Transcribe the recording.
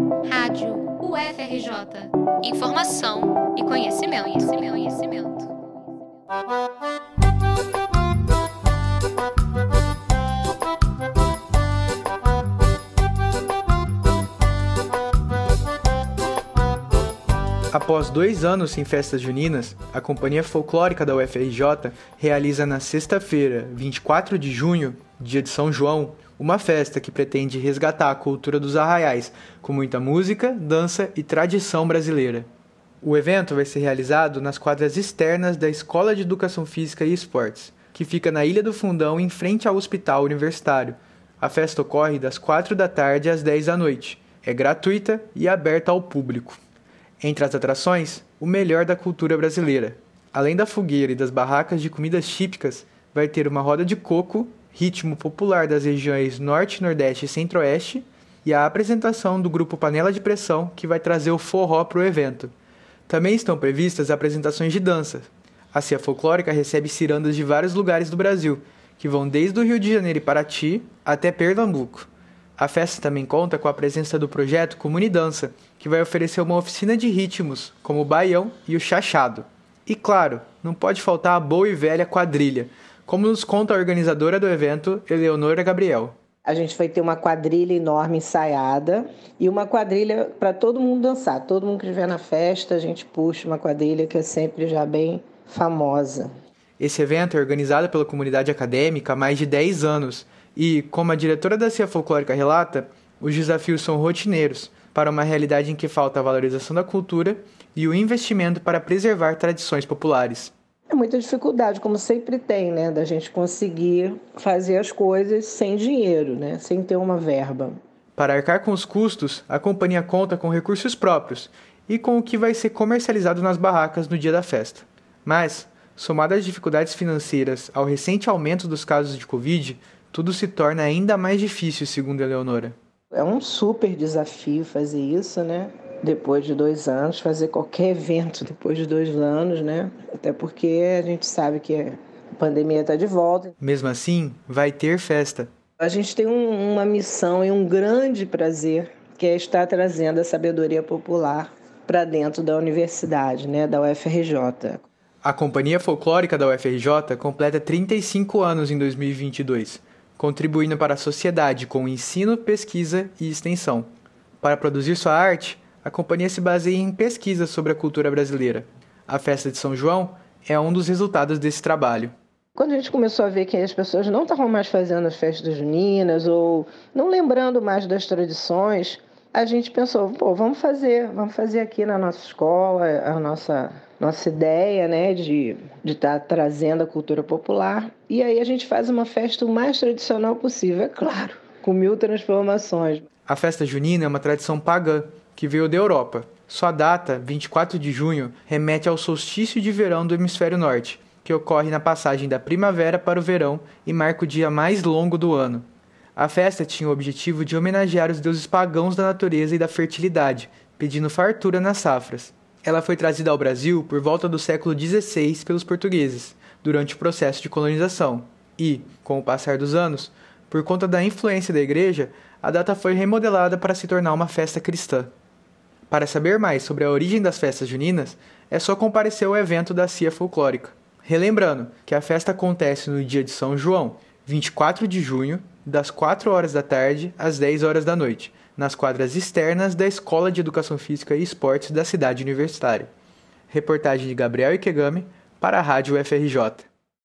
Rádio UFRJ. Informação e conhecimento. Após 2 anos sem festas juninas, a Companhia Folclórica da UFRJ realiza na sexta-feira, 24 de junho, dia de São João, uma festa que pretende resgatar a cultura dos arraiais, com muita música, dança e tradição brasileira. O evento vai ser realizado nas quadras externas da Escola de Educação Física e Esportes, que fica na Ilha do Fundão, em frente ao Hospital Universitário. A festa ocorre das 4 da tarde às 10 da noite. É gratuita e aberta ao público. Entre as atrações, o melhor da cultura brasileira. Além da fogueira e das barracas de comidas típicas, vai ter uma roda de coco, ritmo popular das regiões Norte, Nordeste e Centro-Oeste, e a apresentação do grupo Panela de Pressão, que vai trazer o forró para o evento. Também estão previstas apresentações de dança. A CIA Folclórica recebe cirandas de vários lugares do Brasil, que vão desde o Rio de Janeiro e Paraty até Pernambuco. A festa também conta com a presença do projeto Comunidança, que vai oferecer uma oficina de ritmos, como o baião e o chachado. E claro, não pode faltar a boa e velha quadrilha, como nos conta a organizadora do evento, Eleonora Gabriel. A gente vai ter uma quadrilha enorme ensaiada e uma quadrilha para todo mundo dançar. Todo mundo que estiver na festa, a gente puxa uma quadrilha que é sempre já bem famosa. Esse evento é organizado pela comunidade acadêmica há mais de 10 anos e, como a diretora da CIA Folclórica relata, os desafios são rotineiros para uma realidade em que falta a valorização da cultura e o investimento para preservar tradições populares. É muita dificuldade, como sempre tem, né, da gente conseguir fazer as coisas sem dinheiro, né, sem ter uma verba. Para arcar com os custos, a companhia conta com recursos próprios e com o que vai ser comercializado nas barracas no dia da festa. Mas, somado às dificuldades financeiras ao recente aumento dos casos de Covid, tudo se torna ainda mais difícil, segundo a Eleonora. É um super desafio fazer isso, né? Depois de 2 anos, fazer qualquer evento depois de 2 anos, né? Até porque a gente sabe que a pandemia está de volta. Mesmo assim, vai ter festa. A gente tem uma missão e um grande prazer, que é estar trazendo a sabedoria popular para dentro da universidade, né? Da UFRJ. A Companhia Folclórica da UFRJ completa 35 anos em 2022, contribuindo para a sociedade com ensino, pesquisa e extensão. Para produzir sua arte, a companhia se baseia em pesquisas sobre a cultura brasileira. A festa de São João é um dos resultados desse trabalho. Quando a gente começou a ver que as pessoas não estavam mais fazendo as festas juninas ou não lembrando mais das tradições, a gente pensou, vamos fazer aqui na nossa escola a nossa ideia, né, de estar trazendo a cultura popular. E aí a gente faz uma festa o mais tradicional possível, é claro, com 1000 transformações. A festa junina é uma tradição pagã que veio da Europa. Sua data, 24 de junho, remete ao solstício de verão do hemisfério norte, que ocorre na passagem da primavera para o verão e marca o dia mais longo do ano. A festa tinha o objetivo de homenagear os deuses pagãos da natureza e da fertilidade, pedindo fartura nas safras. Ela foi trazida ao Brasil por volta do século XVI pelos portugueses, durante o processo de colonização. E, com o passar dos anos, por conta da influência da igreja, a data foi remodelada para se tornar uma festa cristã. Para saber mais sobre a origem das festas juninas, é só comparecer ao evento da CIA Folclórica. Relembrando que a festa acontece no dia de São João, 24 de junho, das 4 horas da tarde às 10 horas da noite, nas quadras externas da Escola de Educação Física e Esportes da cidade universitária. Reportagem de Gabriel Ikegami para a Rádio UFRJ.